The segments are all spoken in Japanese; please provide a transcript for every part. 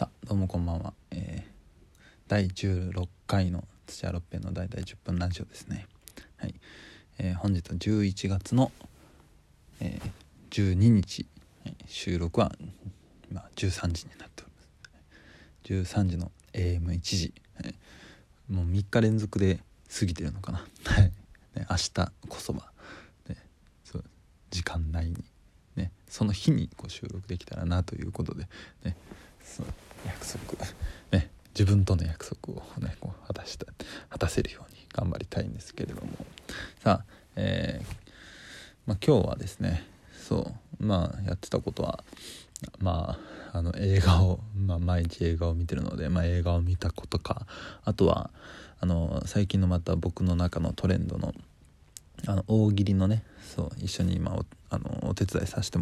さあどうもこんばんは、第16回の土屋六平の大体10分ラジオですね。はい、本日は11月の、12日、収録は今13時になっております。13時の AM1 時、もう3日連続で過ぎてるのかな。明日こそは、そう時間内にその日に収録できたらなということで、そう約束自分との約束を果たせるように頑張りたいんですけれども、さあ、今日はですね、やってたことは映画を、毎日映画を見てるので、映画を見たことか、あとは最近のまた僕の中のトレンドの大喜利の一緒に今お手伝いさせて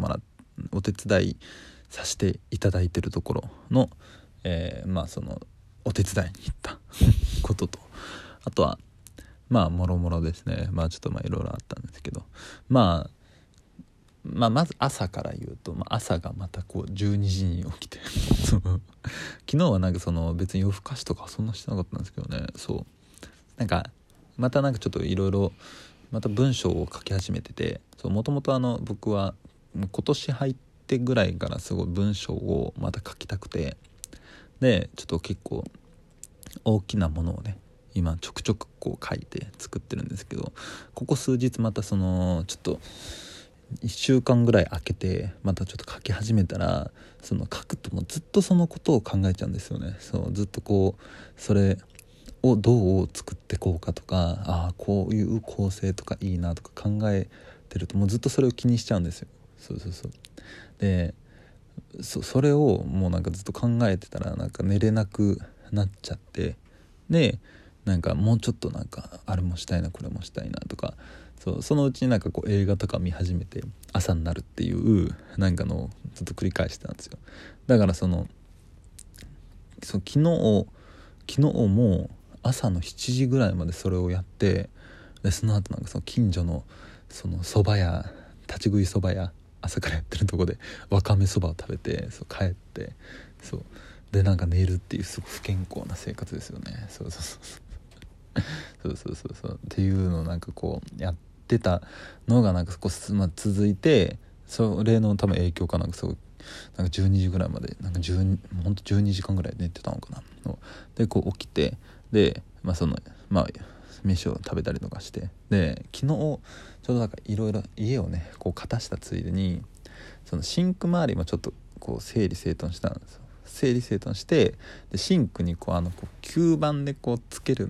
いただいてるところの、そのお手伝いに行ったことと、あとはもろもろですね。ちょっといろいろあったんですけど、まず朝から言うと、朝がまた12時に起きて昨日は別に夜更かしとかそんなしてなかったんですけどね。またちょっといろいろまた文章を書き始めてて、もともと僕は今年入ってぐらいからすごい文章をまた書きたくて、でちょっと結構大きなものを今ちょくちょく書いて作ってるんですけど、ここ数日またちょっと1週間ぐらい空けてまたちょっと書き始めたら、書くともうずっとそのことを考えちゃうんですよね。ずっとそれをどう作ってこうかとか、こういう構成とかいいなとか考えてると、もうずっとそれを気にしちゃうんですよ。でそれをもうずっと考えてたら寝れなくなっちゃって、でもうちょっとあれもしたいなこれもしたいなとか、そのうちに映画とか見始めて朝になるっていうのをずっと繰り返してたんですよ。だから昨日も朝の7時ぐらいまでそれをやって、でその後近所の蕎麦屋、立ち食い蕎麦屋、朝からやってるとこでわかめ蕎麦を食べて帰って、で寝るっていうすごく不健康な生活ですよね。っていうのをやってたのが続いて、それの多分影響かすごい12時ぐらいまでほんと12時間ぐらい寝てたのかな。で起きて、で飯を食べたりとかして、で昨日ちょうどいろいろ家を片したついでにシンク周りもちょっと整理整頓したんですよ。整理整頓して、でシンクに吸盤でつける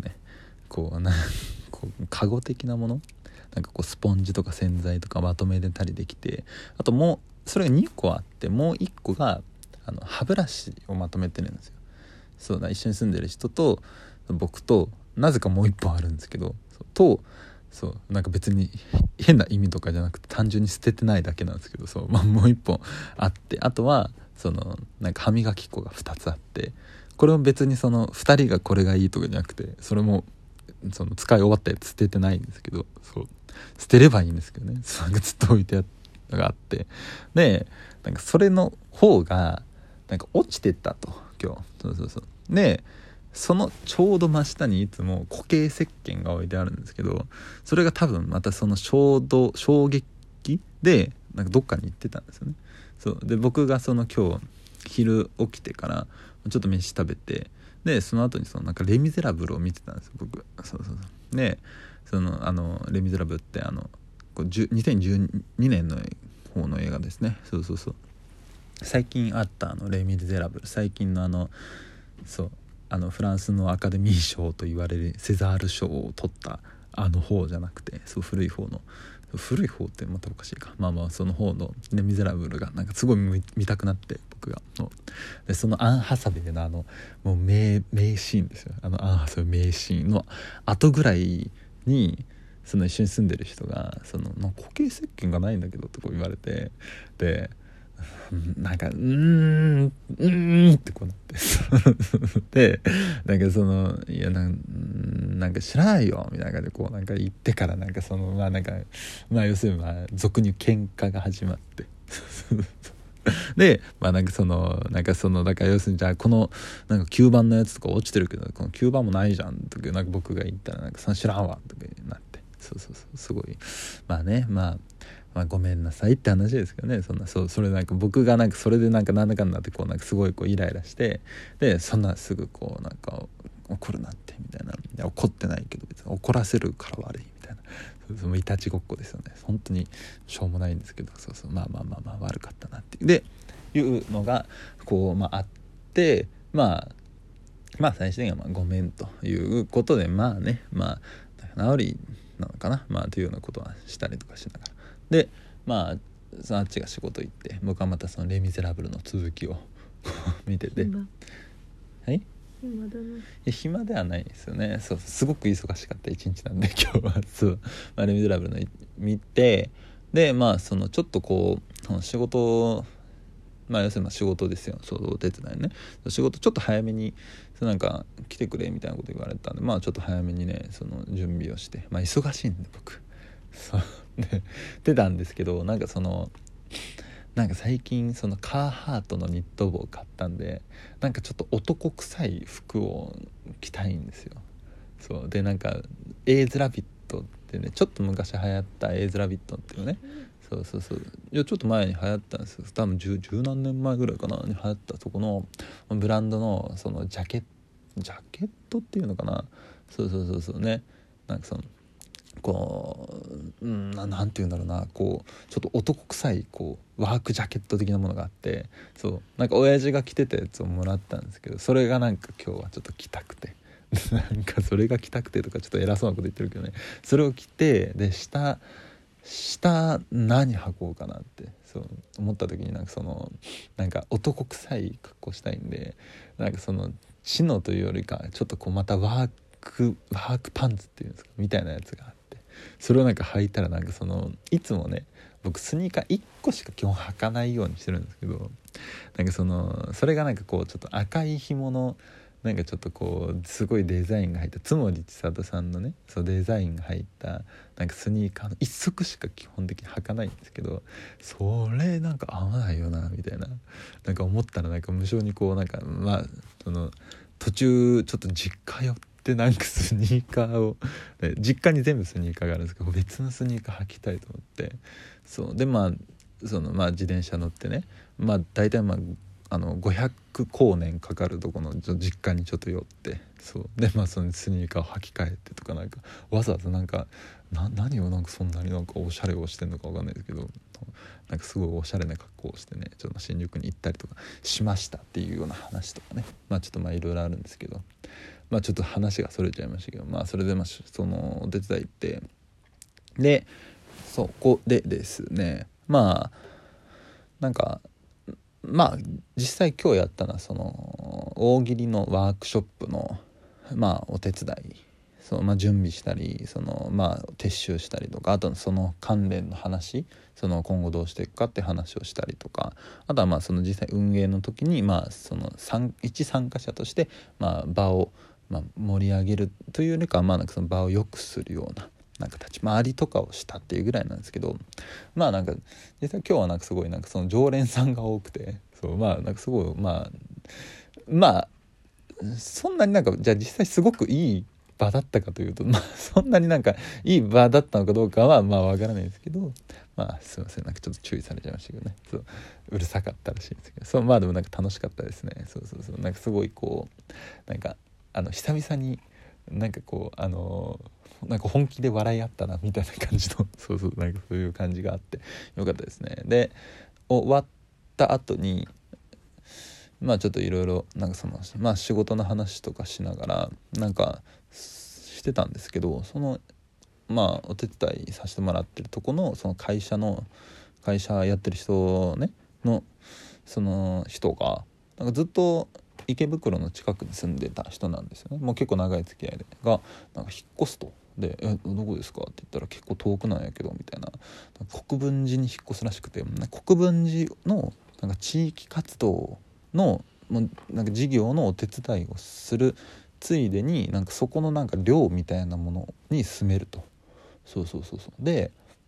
カゴ的なもの、スポンジとか洗剤とかまとめれたりできて、あともうそれが2個あって、もう1個が歯ブラシをまとめてるんですよ。一緒に住んでる人と僕と、なぜかもう1本あるんですけど、別に変な意味とかじゃなくて単純に捨ててないだけなんですけど、もう1本あって、あとは歯磨き粉が2つあって、これも別に2人がこれがいいとかじゃなくて、それも使い終わったやつ捨ててないんですけど、捨てればいいんですけどね。ずっと置いてあったのがあって、でそれの方が落ちてったと今日。でそのちょうど真下にいつも固形石鹸が置いてあるんですけど、それが多分また衝撃でどっかに行ってたんですよね。で僕が今日昼起きてからちょっと飯食べて、でその後にレ・ミゼラブルを見てたんですよ僕。でレ・ミゼラブルって2012年の方の映画ですね。最近あったレ・ミゼラブル、最近のフランスのアカデミー賞と言われるセザール賞を取った方じゃなくて、古い方ってまたおかしいか、その方のレ・ミゼラブルがすごい見たくなって、僕がでアン・ハサウェイのもう名シーンですよ。アン・ハサウェイ名シーンの後ぐらいに一緒に住んでる人が固形石鹸がないんだけどと言われて、でってなってでいや知らないよみたいな感じで言ってから要するに俗に喧嘩が始まってでなんかだから要するにじゃあこのなんか9番のやつとか落ちてるけどこの9番もないじゃんとかなんか僕が言ったらなんかその知らんわとかなってそうすごいごめんなさいって話ですけどね。それなんか僕がなんかそれでなんかなんだかんだってなんかすごいイライラしてでそんなすぐなんか怒るなってみたいな。いや怒ってないけど別に怒らせるから悪いみたいな。もういたちごっこですよね。本当にしょうもないんですけど悪かったなってでいうのがあって最終的にはごめんということで仲直りなのかなというようなことはしたりとかしながらでそのあっちが仕事行って僕はまたそのレ・ミゼラブルの続きを見ててはい暇だな。 いや暇ではないですよね。すごく忙しかった一日なんで今日はレ・ミゼラブルの見てでそのちょっと仕事要するに仕事ですよ。お手伝いね仕事ちょっと早めになんか来てくれみたいなこと言われたんでちょっと早めにねその準備をして忙しいんで僕で出たんですけどなんか最近そのカーハートのニット帽を買ったんでなんかちょっと男臭い服を着たいんですよ。でなんかエイズラビットってねちょっと昔流行ったエイズラビットっていうねいやちょっと前に流行ったんですよ。多分十何年前ぐらいかなに流行ったそこのブランドのそのジャケットっていうのかなねなんかなんていうんだろうなちょっと男臭いワークジャケット的なものがあってなんか親父が着てたやつをもらったんですけどそれがなんか今日はちょっと着たくてなんかそれが着たくてとかちょっと偉そうなこと言ってるけどねそれを着てで下何履こうかなって思った時になんか男臭い格好したいんでなんかチノというよりかちょっとまたワークパンツっていうんですかみたいなやつがあってそれをなんか履いたらなんかいつもね僕スニーカー1個しか基本履かないようにしてるんですけどなんかそれがなんかちょっと赤い紐のなんかちょっとすごいデザインが入った津森千里さんのねデザインが入ったなんかスニーカーの1足しか基本的に履かないんですけどそれなんか合わないよなみたいななんか思ったらなんか無性になんか途中ちょっと実家寄ってなんかスニーカーを、ね、実家に全部スニーカーがあるんですけど別のスニーカー履きたいと思ってで自転車乗ってね大体500光年かかるとこの実家にちょっと寄ってでそのスニーカーを履き替えてとかなんかわざわざなんか何をなんかそんなになんかおしゃれをしてんのかわかんないですけどなんかすごいおしゃれな格好をしてねちょっと新宿に行ったりとかしましたっていうような話とかねちょっといろいろあるんですけどちょっと話がそれちゃいましたけどそれでそのお手伝い行ってでそこでですねなんか実際今日やったのはその大喜利のワークショップのお手伝い準備したり撤収したりとかあとその関連の話今後どうしていくかって話をしたりとかあとはその実際運営の時に一参加者として場を盛り上げるというよりかはなんかその場を良くするようななんか立ち回りとかをしたっていうぐらいなんですけどなんか実際今日はなんかすごいなんかその常連さんが多くてなんかすごいそんなになんかじゃあ実際すごくいい場だったかというとそんなになんかいい場だったのかどうかはわからないですけどすいませんなんかちょっと注意されちゃいましたけどねうるさかったらしいんですけどでもなんか楽しかったですねなんかすごいなんか久々になんかなんか本気で笑い合ったなみたいな感じのなんかそういう感じがあってよかったですね。で終わった後にちょっといろいろなんか仕事の話とかしながらなんかしてたんですけどお手伝いさせてもらってるとこのその会社やってる人ねのその人がなんかずっと池袋の近くに住んでた人なんですよね。もう結構長い付き合いでなんか引っ越すとでどこですかって言ったら結構遠くなんやけどみたいな国分寺に引っ越すらしくて国分寺のなんか地域活動のなんか事業のお手伝いをするついでになんかそこのなんか寮みたいなものに住めるとで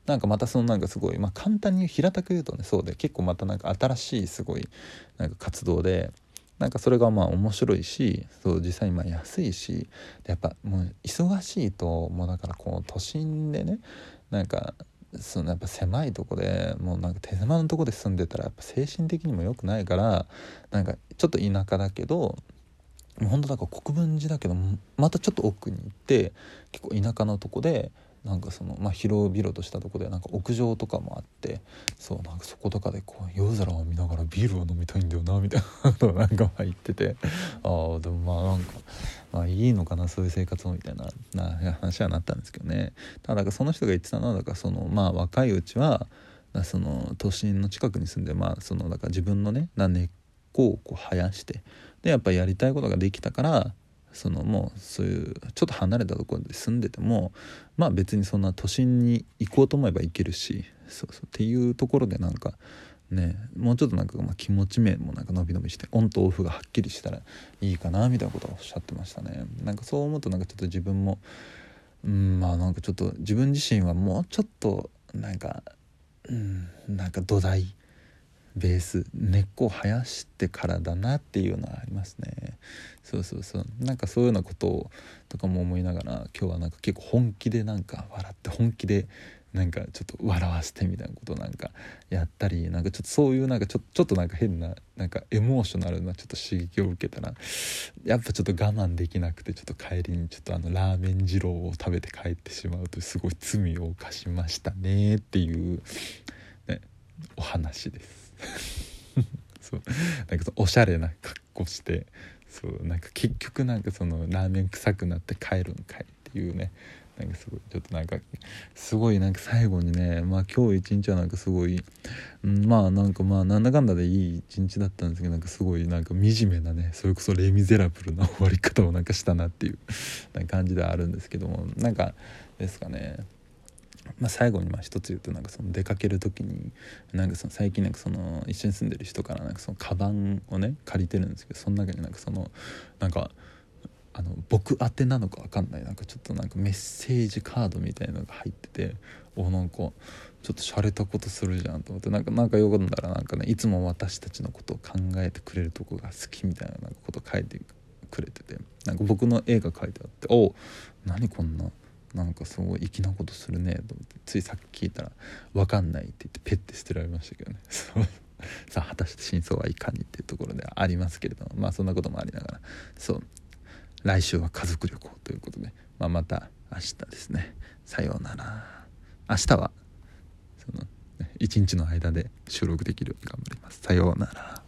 なんかまたそのなんかすごい、簡単に平たく言うとね、そうで結構またなんか新しいすごいなんか活動で、なんかそれが面白いし、そう実際に安いし、やっぱもう忙しいと、もうだからこう都心でね、なんかそのやっぱ狭いとこでもうなんか手狭のとこで住んでたらやっぱ精神的にも良くないから、なんかちょっと田舎だけど、もうほんとだから国分寺だけどまたちょっと奥に行って結構田舎のとこで、なんかその広々としたとこでなんか屋上とかもあって、そうなんかそことかでこう夜空を見ながらビールを飲みたいんだよなみたいなことをなんか言ってて、ああでもなんかいいのかなそういう生活もみたいな話はなったんですけどね。ただなんかその人が言ってたのは、だからその若いうちはその都心の近くに住んで、そのだから自分のね根っこをこう生やして、でやっぱりやりたいことができたから、そのもうそういうちょっと離れたところで住んでても別にそんな都心に行こうと思えば行けるし、そうっていうところでなんかね、もうちょっとなんか気持ち面もなんか伸び伸びしてオンとオフがはっきりしたらいいかなみたいなことをおっしゃってましたね。なんかそう思うとなんかちょっと自分もなんかちょっと自分自身はもうちょっとなんかなんか土台ベース根っこを生やしてからだなっていうのはありますね。そうなんかそういうようなこととかも思いながら、今日はなんか結構本気でなんか笑って本気でなんかちょっと笑わせてみたいなことをなんかやったり、なんかちょっとそういうなんかちょっとなんか変ななんかエモーショナルなちょっと刺激を受けたら、やっぱちょっと我慢できなくて、ちょっと帰りにちょっとラーメン二郎を食べて帰ってしまうというすごい罪を犯しましたねっていう、ね、お話ですそうなんかおしゃれな格好して、そうなんか結局なんかそのラーメン臭くなって帰るんかいっていうね、なんかすごいちょっとなんかすごいなんか最後にね、今日一日はなんかすごい、なんかなんだかんだでいい一日だったんですけど、なんかすごいなんか惨めなね、それこそレ・ミゼラブルな終わり方をなんかしたなっていうなんか感じではあるんですけども、なんかですかね。最後に一つ言うと、なんかその出かける時になんかその最近なんかその一緒に住んでる人からなんかそのカバンをね借りてるんですけど、その中になんかそのなんか僕宛てなのか分かんないなんかちょっとなんかメッセージカードみたいなのが入ってて、なんかちょっと洒落たことするじゃんと思って、なんかよくんだらなんかね、いつも私たちのことを考えてくれるとこが好きみたいななんかこと書いてくれてて、なんか僕の絵が書いてあって、何こんななんかすごい粋なことするねと思って、ついさっき聞いたら分かんないって言ってペッて捨てられましたけどねそうさあ果たして真相はいかにっていうところではありますけれども、そんなこともありながら、そう来週は家族旅行ということで、また明日ですね。さようなら。明日はその一日の間で収録できるように頑張ります。さようなら。